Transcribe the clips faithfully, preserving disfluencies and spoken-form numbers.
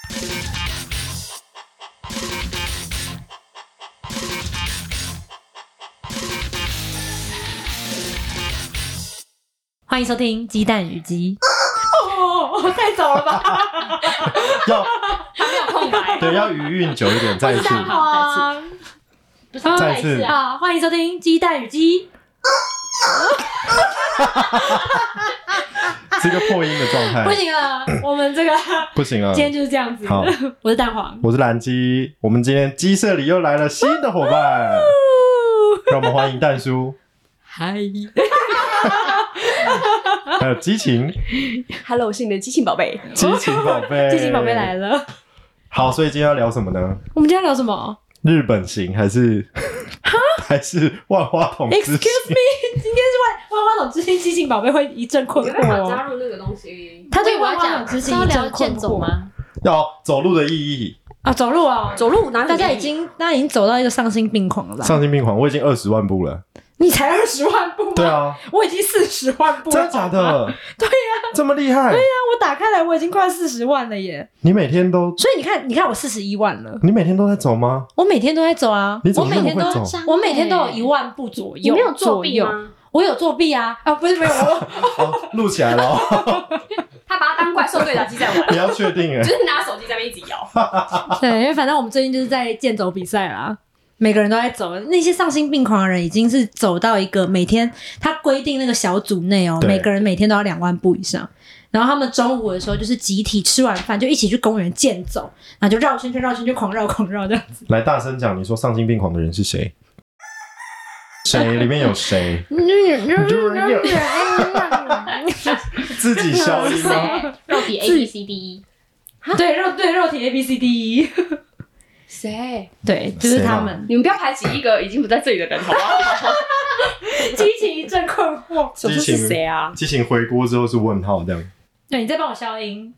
欢迎收听鸡蛋与鸡。哦，太早了吧？ 要还没有空白。 对，要余韵久一点，再一次， 好， 再一次。 好，欢迎收听鸡蛋与鸡。 这个破音的状态不行了，我们这个不行了， 今天就是这样子。 好， 我是蛋黄， 我是蓝鸡，我们今天鸡舍里又来了新的伙伴，让我们欢迎蛋叔， 嗨。 还有激情 Hello， 我是你的激情宝贝。 激情宝贝， 激情宝贝来了。 好，所以今天要聊什么呢？ 我们今天要聊什么？ 日本行还是还是万花筒之行 ？Excuse me， 今天是万万花筒之星，激情宝贝会一阵困惑、哦。 加入那个东西， 他对万花筒之星一阵困惑吗？ 要走路的意义啊，走路啊， 走路哪有？ 大家已经，大家已经走到一个丧心病狂了吧？ 丧心病狂，我已经二十万步了。 你才二十万步吗？ 对啊， 我已经四十万步了。 真的假的？ 对呀、 啊，这么厉害？ 对呀、啊，我打开来我已经快四十万了耶！ 你每天都， 所以你看，你看我四十一万了。 你每天都在走吗？ 我每天都在走啊， 你怎么我每天都那么会走我每天都有一万步左右。 你没有作弊吗？ 我有作弊啊！啊，不是没有我。 哦，录起来了、哦。 他把它当怪兽对讲机在玩。 你要确定哎， 就是拿手机在那边一直摇。 对，因为反正我们最近就是在健走比赛啦。每个人都在走，那些丧心病狂的人已经是走到一个每天他规定那个小组内哦，每个人每天都要两万步以上。然后他们中午的时候就是集体吃完饭就一起去公园健走，然后就绕圈圈绕圈圈狂绕狂绕这样子。 来大声讲，你说丧心病狂的人是谁？谁？里面有谁？自己消音吗？ 肉体 A B C D E。 对肉对肉体 A B C D E。 谁？ 对，就是他们。 你们不要排挤一个已经不在这里的人，好不好？ 激情一阵困惑。 这是谁啊？ 激情回锅之后是问号这样。 对，你再帮我消音。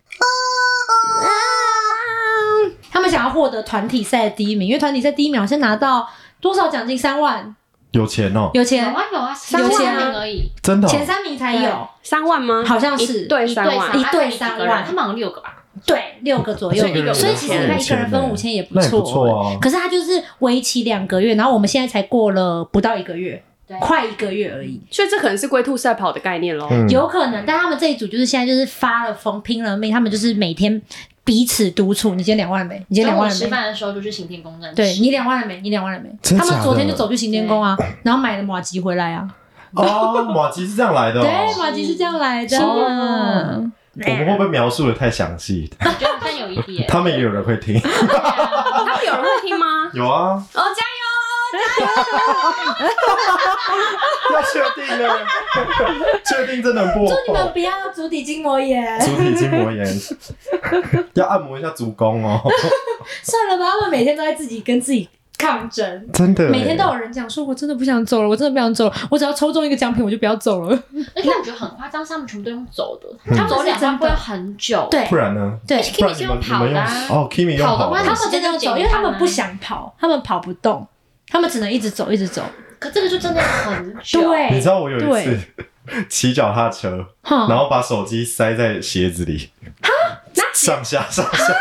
他们想要获得团体赛第一名，因为团体赛第一名好像拿到多少奖金？三万。 有钱哦， 有钱， 有啊有啊， 有钱名而已， 真的、哦， 前三名才有三万吗？ 好像是一对三万， 一对三万， 他们好像六个吧？ 对，六个左右，所以其实他一个人分五千也不错， 不错啊。 可是他就是为期两个月，然后我们现在才过了不到一个月，快一个月而已， 所以这可能是龟兔赛跑的概念咯、 嗯、 有可能。但他们这一组就是现在就是发了疯，拼了命，他们就是每天彼此督促。你今天两万了没？你今天两万了没？ 吃饭的时候就去行天宫站。 对，你两万了没？你两万了没？他们昨天就走去行天宫啊，然后买了麻糬回来啊。 哦，麻糬是这样来的、哦。 对，麻糬是这样来的。哦我们会不会描述的太详细？ 我觉得好像有一点。 他们也有人会听。 他们有人会听吗？ 有啊。 哦，加油！加油！ 要确定呢？确定真的很不好。 祝你们不要足底筋膜炎。 足底筋膜炎。要按摩一下足弓哦。 算了吧，他们每天都在自己跟自己抗争， 真的， 每天都有人讲说，我真的不想走了，我真的不想走了，我只要抽中一个奖品，我就不要走了。 而且我觉得很夸张，他们全部都用走的，他们走两万步要很久。 对， 不然呢？ 对 ，Kimi 是用跑的、啊。 哦 ，Kimi 用跑的， 他们真的用走，因为他们不想跑，他们跑不动，他们只能一直走，一直走。 可这个就真的很久。 对， 你知道我有一次骑脚踏车，然后把手机塞在鞋子里，上下上下。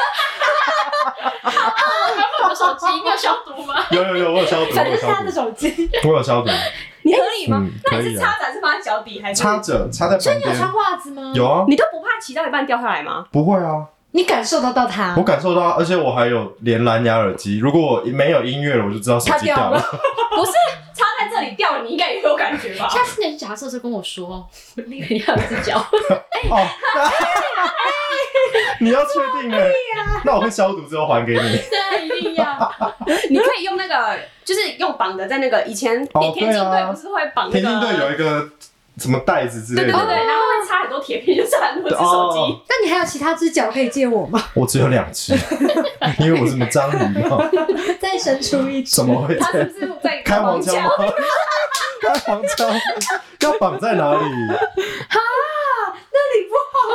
手机你有消毒吗？ 有有有，我有消毒。 反正是他的手机， 我有消毒。 你合理吗？ 嗯、 那你是插着还是放在脚底还是？ 插着，插在旁边。 所以你有穿袜子吗？ 有啊。 你都不怕骑到一半掉下来吗？ 不会啊。 你感受得到它？ 我感受到，而且我还有连蓝牙耳机。如果我没有音乐了，我就知道手机掉了。 不是插在这里掉了，你应该也有感觉吧？ 下次你去脚踏车的时候跟我说，我另一两只脚。 哦，你要确定哎？那我会消毒之后还给你。 对，一定要。 你可以用那个，就是用绑的，在那个以前田径队不是会绑那个？ 田径队有一个什么袋子之类的， 对对对，然后会插很多铁片，就插很多只手机。 那你还有其他只脚可以借我吗？ 我只有两只，因为我是什么章鱼嘛。 再伸出一只， 怎么会？ 他是不是在开黄腔吗？开黄腔要绑在哪里？ 哈，那里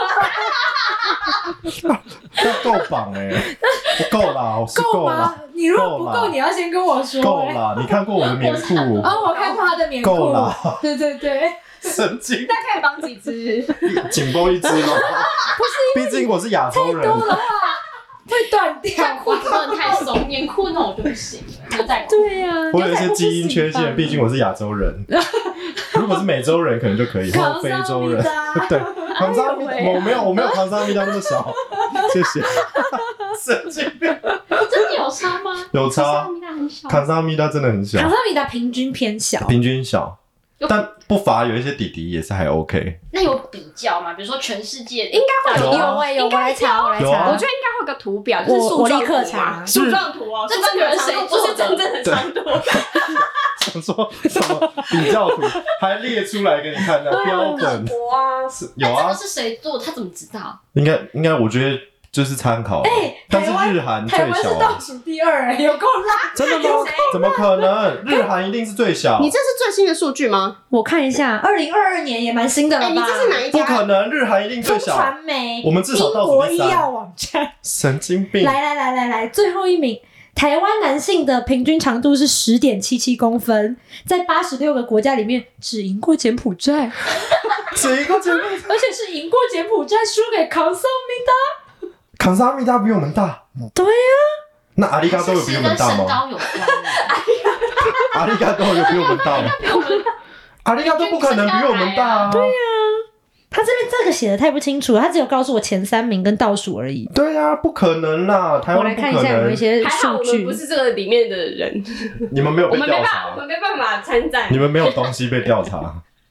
不好啊。 要够绑哎，够啦，我是够啦。 你如果不够，你要先跟我说。 够啦，你看过我的棉裤？ 哦，我看过他的棉裤。 够啦。 对对对。 神经。 大概绑几只？ 紧绷一只吗？ 不是， 毕竟我是亚洲人。 太多的话， 会断掉像裤子不能太松，黏裤那种就不行了，就在对呀、啊， 我有一些基因缺陷，毕竟我是亚洲人。如果是美洲人，可能就可以，或者非洲人。对，康萨米达，我没有，我没有康萨米达那么小。谢谢。神经病。 真的有差吗？ 有差。 康萨米达很小。 康萨米达真的很小。 康萨米达平均偏小， 平均小。但不乏有一些弟弟也是还 OK。 那有比较吗？比如说全世界应该会有啊有哎、有，我来查，我来查。 我觉得应该会有个图表，就是我树状我立刻图嘛， 查树状图哦， 这这个人谁不是真正的长度。 想说什么比较图还列出来给你看的标本？ 我啊， 是有啊那这个。是谁做？他怎么知道？ 应该应该，我觉得就是参考。 哎、 但是台湾日韩台湾是最小啊。 倒数第二哎、有够拉。 真的吗？怎么可能？日韩一定是最小。 你这是最新的数据吗？ 我看一下，二零二二年也蛮新的了吧？ 哎，你这是哪一不家？ 可能，日韩一定最风小。 传媒， 我们至少倒数英国医第三药网站。 神经病！ 来来来来来，最后一名，台湾男性的平均长度是十点七七公分，在八十六个国家里面只赢过柬埔寨， 只一个柬埔寨， 而且是赢过柬埔寨，输给康桑米康萨米达比我们大。 达。对呀、 那阿里嘎多有比我们大跟身吗？ 高有关的。 阿里嘎多有比我们大吗？阿里嘎多不可能比我们大啊！对呀， 他这边这个写的太不清楚了，他只有告诉我前三名跟倒数而已。 对呀，不可能啦！台我来湾不可看一下有没有一能。 些还好数据我们不。是这个里面的人， 你们没有被我们没办法， 调查我，们没办法参战你。们没有东西被调查。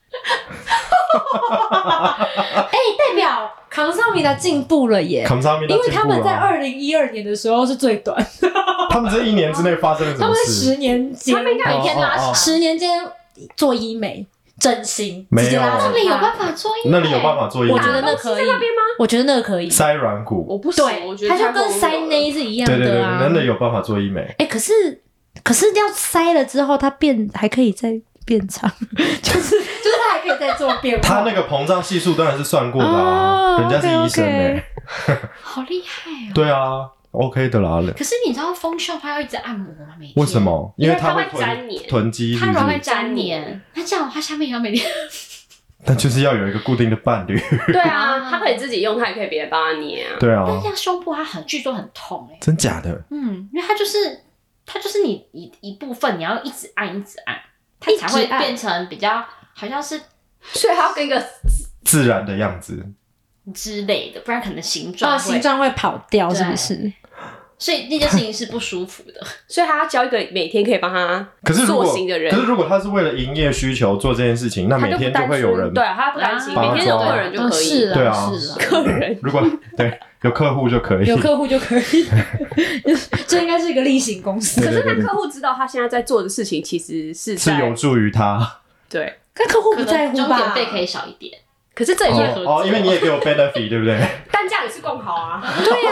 哎、代表康桑米达进步了耶， 康萨米达因为他们在进步了啊。 二零一二年的时候是最短， 他们这一年之内发生了什他们在么事？ 十年间， 他们应该每天拉哦哦哦长， 十年间做医美、整形， 没有直接拉长那里有它办法做医美？ 那里有办法做医美我觉得那可以，我觉得那个可以， 塞软骨。 我不行， 对， 我觉得它就跟太荒谬了塞内是一样对对对， 的啊。 真的有办法做医美。 哎、可是可是要塞了之后，它变还可以再变长，就是就是它还可以再做变化。 他那个膨胀系数当然是算过的啊， 哦人家是医生 OK，OK 哎。 好厉害哦！ 对啊，OK 的啦。 可是你知道丰秀他要一直按摩吗？每天为什？么？因为它因为它会囤粘黏囤积，是不他容易会是？ 粘黏，那这样的话下面也要每天。 但就是要有一个固定的伴侣。 对啊，他可以自己用，他也可以别人帮他捏啊。 对啊但，这样胸部它很据说很痛哎、 真假的？ 嗯，因为它就是它就是你一一部分，你要一直按一直按，它才会一直按变成比较好像是所以他要跟一个自然的样子。 之类的，不然可能形状啊， 会形状会跑掉，是不是？ 所以那件事情是不舒服的。 所以他要教一个每天可以帮他塑可是如果形的人可，是如果他是为了营业需求做这件事情，那每天就他就不担会有人心，对啊，他不担心， 帮他每天有抓客人就可以。 是啊， 对啊是啊， 客人如果对有客户就可以。 有客户就可以。这应该是一个例行公司， 对对对对可是那客户知道他现在在做的事情其实是是有在助于他。 对， 但客户可不在能钟乎吧？ 点费可以少一点， 可是这也哦会合哦，因为你也给我 benefit，对不对？ 但这样也是更好啊。 对呀、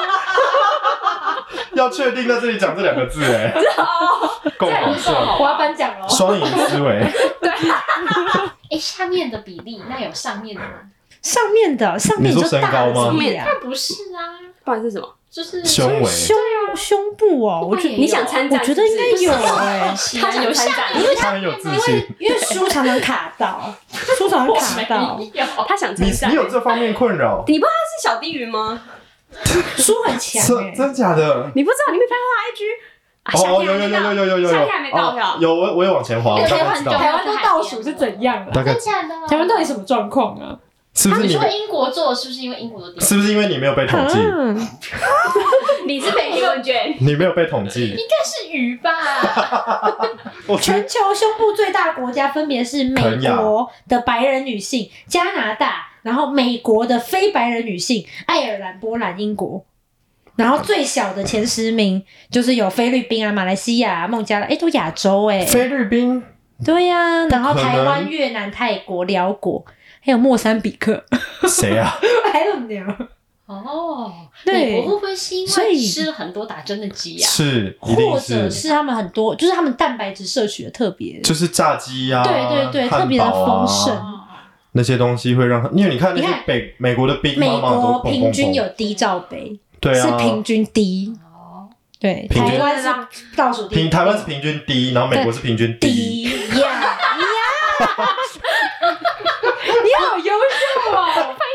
要确定在这里讲这两个字，哎，够好这样笑， 我要颁奖了。 双赢思维。 哎，下面的比例那有上面的吗？ 上面的上面你说就大身高吗了比例啊那不是啊， 不然是什么？ 就是胸围胸胸部哦，我觉得你想参战我觉得应该有哎、 他想参战， 他很有自信。 因为书常常卡到，书常常卡到， 没有。 他想参你战。 你有这方面困扰？ 你不知道他是小低云吗？ 书很强哎、 真真假的？ 你不知道，你没翻他 I G？啊夏哦，有有天还没到有有有有有有， 夏天还没到哦票。 有我我也往前滑，我大概知道， 台湾都倒数是怎样了？ 大概真假的？ 台湾到底什么状况啊？ 啊？ 是不是你你说英国做是不是因为英国的地是不是因为你没有被统计？ 嗯， 你是北平问卷， 你没有被统计， 应该是鱼吧？ 我觉得全球胸部最大国家分别是美肯亚国的白人女性、加拿大，然后美国的非白人女性、爱尔兰、波兰、英国。然后最小的前十名就是有菲律宾啊、马来西亚、啊、孟加拉，哎，都亚洲哎。 菲律宾对呀、然后不可能台湾、越南、泰国、辽国，还有莫桑比克。 谁啊？ I don't know。 哦， 对美国会不会是因所以为吃了很多打针的鸡啊？ 是，一定或者是他们很多，就是他们蛋白质摄取的特别， 就是炸鸡啊， 对对对汉堡啊特别的丰盛哦那些东西会让他，因为你看那些你看北美国的冰美妈妈都国砰砰砰平均有低罩杯， 对啊， 是平均低。 哦， 对， 平均台湾是倒数第一平台湾是平均低，然后美国是平均低， 低呀呀！你好优秀哦， 很快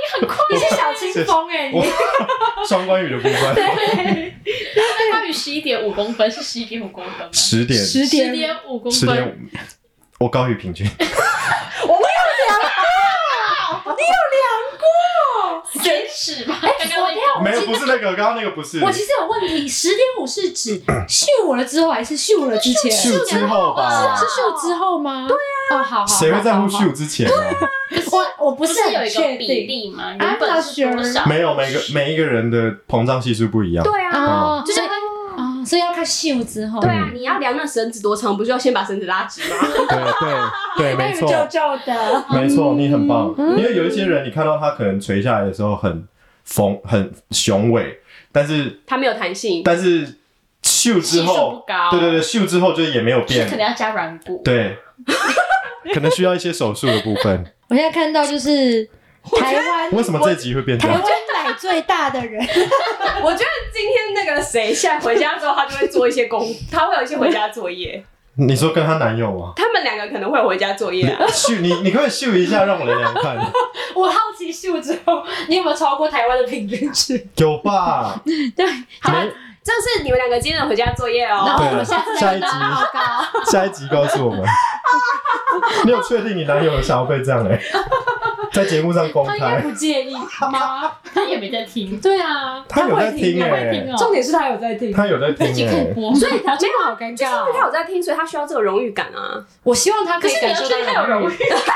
你是小清风哎，你双关语的部分。 对， 那关于十一点五公分是十一点五公分吗？ 十点十十点五公十点分， 五，我高于平均。 我没有量过，你有量过？ 原始吗？ 哎， 刚刚那个没有，不是那个，刚刚那个不是。 我其实有问题，十点五是指秀了之后还是秀了之前？ 秀之后吧？ 是秀之后吗？对啊，哦，好好， 谁会在乎秀之前呢？ 我我不是不是有很一个比确定。 例吗？原本是多少？ 没有，每个每一个人的膨胀系数不一样。 对啊， 哦， 就是哦，所以要看秀之后。 对啊，你要量那绳子多长，不是要先把绳子拉直吗？ 对对对，没错， 皱皱的。 没错，你很棒。因为有一些人，你看到他可能垂下来的时候很丰很雄伟，但是它没有弹性， 但是秀之系数后不，高， 对对对，秀之后就也没有变可，能要加软骨。 对，可能需要一些手术的部分。 我现在看到就是台湾为什么这集会变这台湾样？ 奶最大的人， 我觉得今天那个谁，现在回家之后，他就会做一些功，他会有一些回家作业。 你说跟她男友吗？ 他们两个可能会有回家作业啊。 秀你你可不可以秀一下，让我量量看？ 我好奇秀之后，你有没有超过台湾的平均值？ 有吧？ 对， 好没， 这是你们两个今天的回家作业哦。 然后我对们下次下一集报告。 下一集告诉我们。你有确定你男友想要被这样哎、在节目上公开？ 他应该不介意吗？ 他也没在听， 对啊， 他有在听哎、 他会听哦。重点是他有在听， 他有在听自己可哎、 以播， 所以他真的好尴尬就是因为他哦。 有在听，所以他需要这个荣誉感啊。 我希望他可以感受到可是你要确定他有荣誉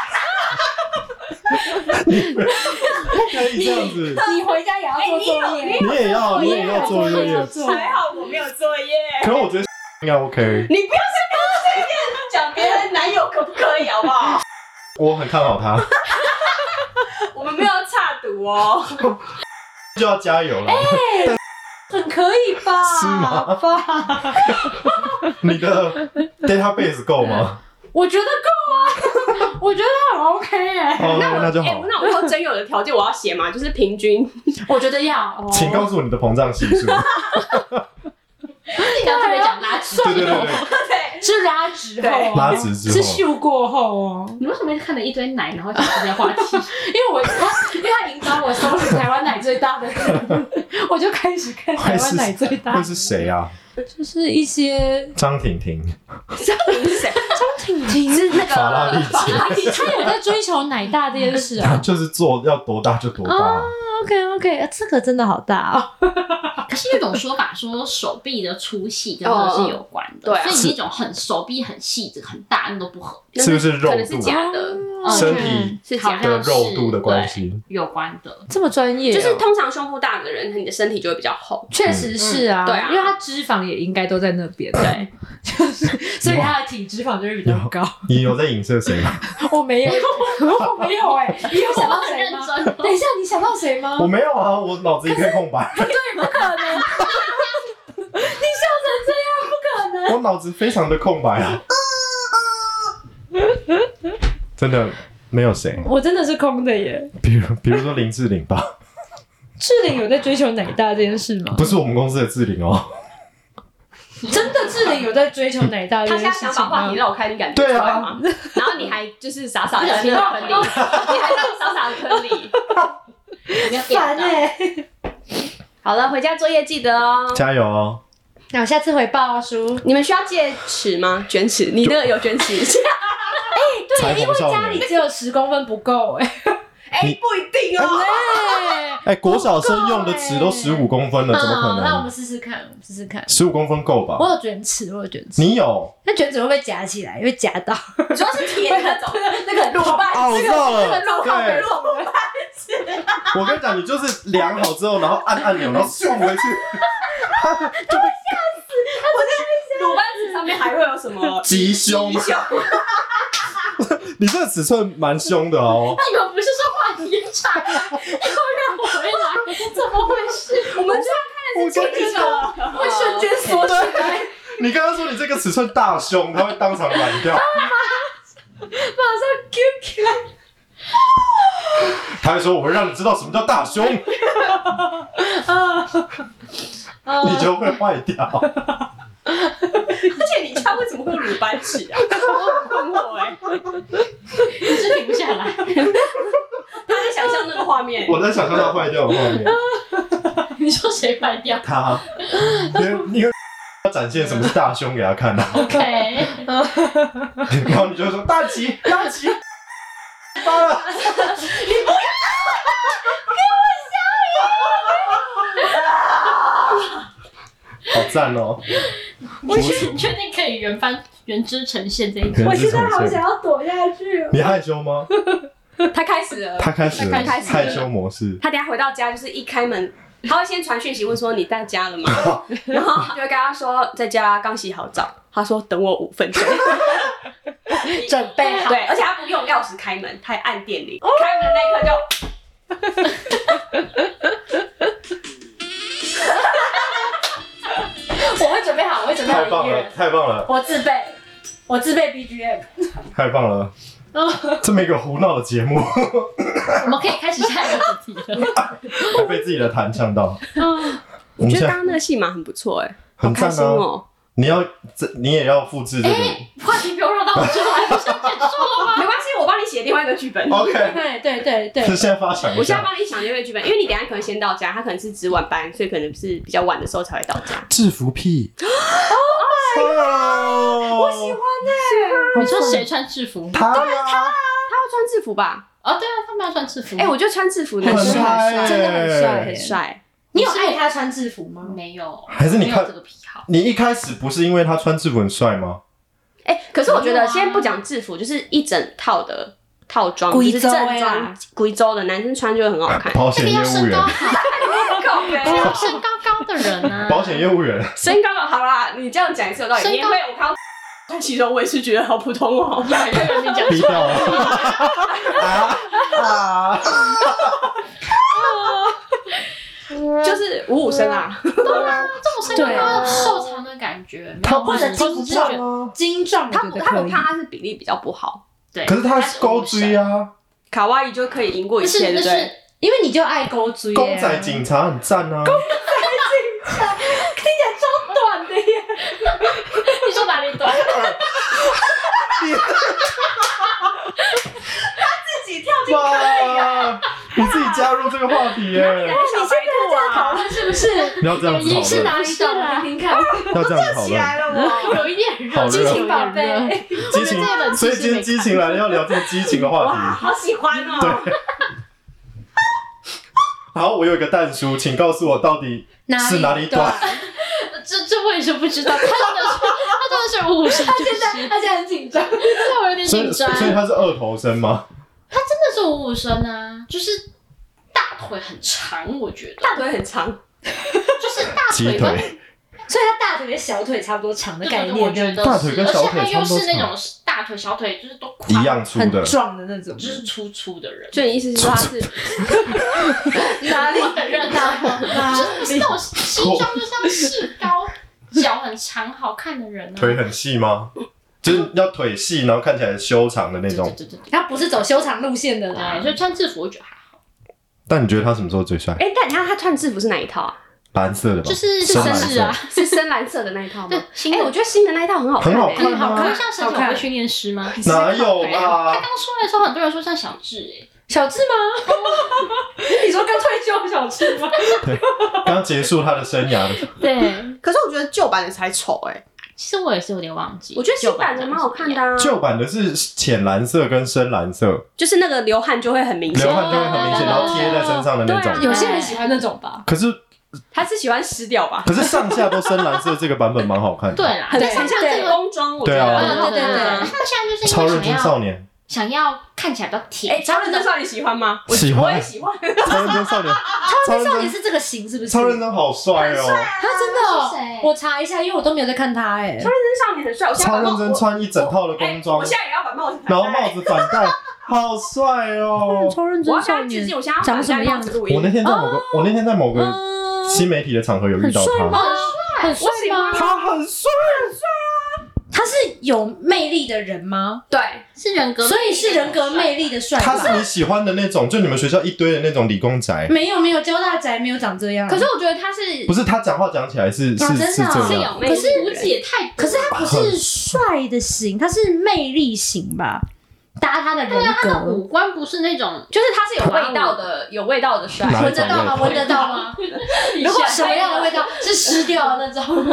不可以这样子， 你回家也要做作业， 你也要你也要做作业。 做。 还好我没有作业。 可是我觉得应该 OK， 你不要再跟我随便讲别人男友可不可以，好不好？ 我很看好他， 我们没有插赌哦。 就要加油了。 很可以吧？ 是吗吧？ 你的 database 够吗？ 我觉得够啊，我觉得很 OK 哎、 哦，那那就哎、 好。 那我以后真有的条件我要写嘛，就是平均。 我觉得要。 请告诉我你的膨胀系数。 你刚特别讲拉直， 对对对对， 对， 是拉直后、哦， 拉直之后是秀过后哦。 你为什么一直看着一堆奶，然后讲这些话题？ 因为我他因为他引导我搜寻台湾奶最大的人，我就开始看台湾奶最大会。是谁啊？ 就是一些张婷婷， 张婷是谁？ 张婷婷， 是那个法拉利姐， 他有在追求奶大这件事啊。 就是做要多大就多大。 哦 OK OK，这个真的好大哦。 可是有一种说法说手臂的粗细跟这个是有关的， 哦哦对啊所以你那种很手臂很细、很大那都不合， 是不是肉可能是度？ 假的。 嗯身体是假的肉度的关系对有关的。 这么专业、哦， 就是通常胸部大的人，你的身体就会比较厚。 确实是啊， 嗯对啊因为他脂肪也应该都在那边， 对， 就是所以他的体脂肪就会比较高。 你有在影射谁吗？ 我没有，我没有哎、你有想到谁认吗？ 真哦等一下，你想到谁吗？ 我没有啊，我脑子一片空白， 对，不可能，你笑成这样，不可能。 我脑子非常的空白啊，真的没有谁。 我真的是空的耶。 比如比如说林志玲吧， 志玲有在追求奶大这件事吗？ 不是我们公司的志玲哦。 真的，志玲有在追求奶大这他件事情现在想把话吗题？让我开，你感觉出来吗？然后你还就是傻傻的不小心跳坑里，你还在傻傻的坑里。 没有烦哎、 好了，回家作业记得哦。 加油哦！ 那我下次回报哦，叔。 你们需要戒尺吗？卷尺，你那个有卷尺？ 裁缝少女家里，只有十公分不够哎、 哎，不一定哦。 对， 哎，国小生用的尺都十五公分了，怎么可嗯，那我能？ 们试试看，我们试试看。 十五公分够吧我？有卷尺，我有卷尺。 你有？ 那卷尺会不会夹起来？会夹到？ 主要是铁的那种， 那个鲁班哦，我知道了， 那个对， 肉的。 我跟你讲，你就是量好之后，然后按按钮，然后送回去，就被鲁班尺上面还会有什么吉凶。 吉凶？ 你这个尺寸蛮凶的哦。 你们不是说话题差吗？又让我回来，怎么回事？ 我们现在看的是吉凶， 会瞬间缩起来， 你刚刚说你这个尺寸大凶，它会当场软掉。 马上 Q 起来。 他还说我会让你知道什么叫大凶，你就会坏掉。 而且你家为什么会有鲁班尺啊？我很困惑哎。 你是停不下来。 他在想象那个画画面。 我在想象他坏掉的画面。 你说谁坏掉？ 他，因为因为要展现什么是大胸给他看啊。 OK， 然后你就会说大吉大吉，发了，你不要给我笑好赞哦！ 我确确定可以原翻原汁呈现这一集。 我现在好想要躲下去哦。 你害羞吗？ 他开始了， 他开始了他开始了害羞模式。 他等一下回到家就是一开门，他会先传讯息问说你在家了吗？然后就会跟他说在家刚洗好澡。他说等我五分钟， 准备好。 对，而且他不用钥匙开门，他还按电铃，开门的那一刻就。 我会准备好，我会准备好太棒了音乐，， 太棒了， 我自备，我自备 B G M。 太棒了！这么一个胡闹的节目， 我们可以开始下一个主题了。 还被自己的弹呛到。 我觉得刚刚那个戏码很不错哎，好开很赞啊！ 心哦。 你要这，你也要复制这个。 话题不用绕到我这来，不是结束了吗？ 没关系，我帮你写另外一个剧本。 OK， 对对对对是现在发想一下。 我现在帮你想另外一个剧本，因为你等一下可能先到家，他可能是值晚班，所以可能是比较晚的时候才会到家。 制服癖。Oh my god！ 我喜欢欸你说谁穿制服？ 他呀， 他要穿制服吧？ 哦，对啊，他们要穿制服。 哎、我觉得穿制服的很男生帅很帅， 真的很帅很帅。 你有爱他穿制服吗？ 没有， 还是你看没有这个癖好。 你一开始不是因为他穿制服很帅吗？ 哎、可是我觉没有啊得先不讲制服，就是一整套的套装， 贵州的就是正啦装，贵州的男生穿就会很好看。 保险业务这个要身高员， 好， 靠北这个要身高高的人啊。 保险业务员， 身高好啦，你这样讲也是有道理。 身高你也会我看到穿西装，我也是觉得好普通哦。 哪个人你讲逼掉了。啊啊！ 就是五五身啊， 这种身高高瘦长的感觉， 他没有很或者精精壮准。 啊， 精壮， 他我觉得可以。 他我怕他是比例比较不好， 对， 可是他是勾追啊， 啊， 卡哇伊就可以赢过一那是切，对那是不对？ 因为你就爱勾追耶公仔警察很赞啊。 短的耶。 你说哪里短？ 自己跳进哇！你自己加入这个话题耶！ 小白兔啊， 论是不是？ 不要这样子讨论， 你是哪里短？我听听看。 要这样子讨论。 了我。 有一点热， 好热激情宝贝， 激情我们这个， 所以今天激情来了，要聊这么激情的话哇， 题。 好喜欢哦！ 好，我有一个蛋叔，请告诉我到底是哪里短？ 这这我也是不知道，他真的是他真的是五五身，他现在他现在很紧张。 现在我有点所以紧张。 所以他是二头身吗？ 他真的是五五身啊，就是大腿很长，我觉得大腿很长， 就是大鸡腿跟腿， 所以他大腿跟小腿差不多长的概对对对， 念，这样我觉得大腿跟是小腿而且他又是那差不多长种大腿小腿就是都宽一样粗很的。 壮的那种。 就是粗粗的人， 所以你意思是说他是哪里很认哪就是不是那种西装就是要细高、脚很长、好看的人啊。 腿很细吗？就是要腿细，然后看起来修长的那种。 对对对对他不是走修长路线的对， 啦对，所以穿制服我觉得还好， 但你觉得他什么时候最帅？ 哎，但你看他穿制服是哪一套啊？ 蓝色的吧？ 就是深蓝色绅士啊。 是深蓝色的那一套吗对？新哎， 的我觉得新的那一套很好看欸， 很好看啊很好看，像神奇会训练师吗？ 哪有他啦？ 刚出来的时候，很多人说像小智哎， 小智吗？你说刚退休的小智吗？ 刚结束他的生涯的， 对， 可是我觉得旧版的才丑哎， 其实我也是有点忘记， 我觉得新版的蛮好看的啊， 旧版的是浅蓝色跟深蓝色， 就是那个流汗就会很明显流，汗就会很明显，然后贴在身上的那对啊种。 有些人喜欢那种吧。 可是他是喜欢湿掉吧？ 可是上下都深蓝色，这个版本蛮好看的。 对啦， 很对很像这个工装，我觉对啊得。 对对对他们现在就是超认真因为想要少年， 想要看起来比较甜， 哎，超人真少女喜欢吗？我喜欢我也喜欢。 超认真少年，超认真， 少年是这个型是不是？ 超认真，好帅哦！ 他真的哦是谁， 我查一下，因为我都没有在看他哎。 超人真少女很帅，我现在超把帽认真穿一整套的工装哎我，现在也要把帽子反戴， 然后帽子反戴，好帅哦！ 超认我要跟真少年他致敬，我现在要长把戴什么样子？ 帽子录音。 我那天在某个，我那天在某个嗯新媒体的场合有遇到他， 很帅吗？很帅吗？ 他很帅， 他是有魅力的人吗？ 对， 是人格， 所以是人格魅力的帅吧？ 他是你喜欢的那种，就你们学校一堆的那种理工宅。 没有没有，交大宅没有长这样。 可是我觉得他是不是他讲话讲起来是啊是真的啊是这样， 是有魅可是力的人， 胡子也太多了吧， 可是他不是帅的型，他是魅力型吧？ 搭他的人对啊，他的格。 五官不是那种就是他是有味道的，有味道的帅。 哪一种闻得到吗？ 味道闻得到吗？如果什么样的味道？是湿掉的那种。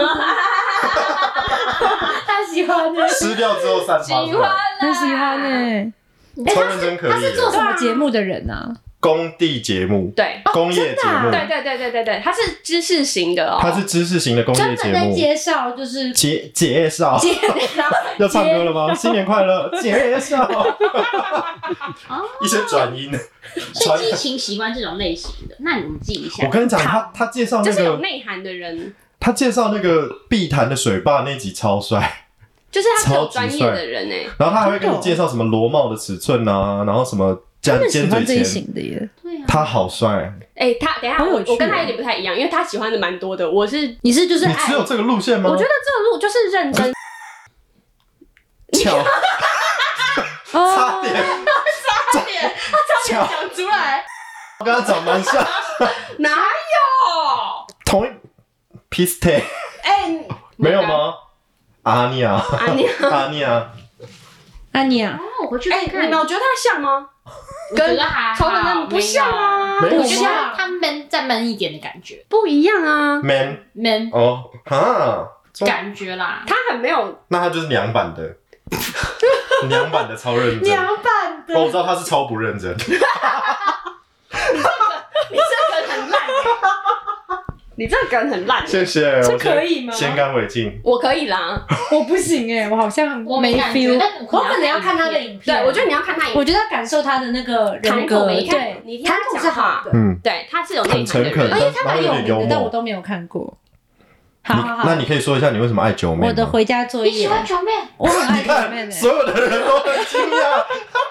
他喜欢的， 湿掉之后散发出来， 很喜欢呢。 超认真可以他是做的。 什么节目的人啊？ 工地节目， 对， 工业节目， 对对对对对对，他是知识型的哦。 它是知识型的工业专门在节目。 介绍，就是介介绍， 介绍要唱歌了吗？新年快乐，介绍，一些转音。 是激情喜欢这种类型的，那你记一下。 我跟你讲，他他介绍那就是有个， 内涵的人， 他介绍那个碧潭的水坝那集超帅， 就是他是有专业的人哎。 然后他还会跟你介绍什么螺帽的尺寸啊，然后什么尖他们喜尖欢这一嘴钳， 型的耶。 对啊， 他好帅。 哎，他等一下我好有趣哦我跟他有点不太一样，因为他喜欢的蛮多的，我是你是就是爱你只有这个路线吗？ 我觉得这个路就是认真。 巧， 哦差点， 差点，他差点讲出来， 我跟他长蛮像， 哪有？ 同一 piste 哎， 没有吗？阿尼亚， 阿尼亚， 阿尼亚， 安妮啊， 哦，我回去哎， 看看。 你们有觉得他像吗？ 我觉得还超认真好， 不像啊， 没有我觉得像他闷再闷一点的感觉， 不一样啊， man 闷哦哈， 感觉啦。 他很没有。 那他就是娘版的，娘版的超认真。 娘版的哦，我知道他是超不认真。 你这个很烂，你这个梗很烂。 谢谢， 这我可以吗先干为敬。 我可以啦， 我不行哎，我好像我没感觉 feel， 但我可能要看他的影片。 对我觉得你要看他影， 我觉得要感受他的那个人谈格， 吐没看对， 你听他谈吐是讲话好的， 嗯， 对他是有内很涵的诚恳， 人。 而且他蛮有然后有点幽名的，但我默。 都没有看过。好好好， 那你可以说一下你为什么爱九妹吗？ 我的回家作你喜业， 欢球妹？ 我很爱你看， 九妹呢。 所有的人都很惊讶。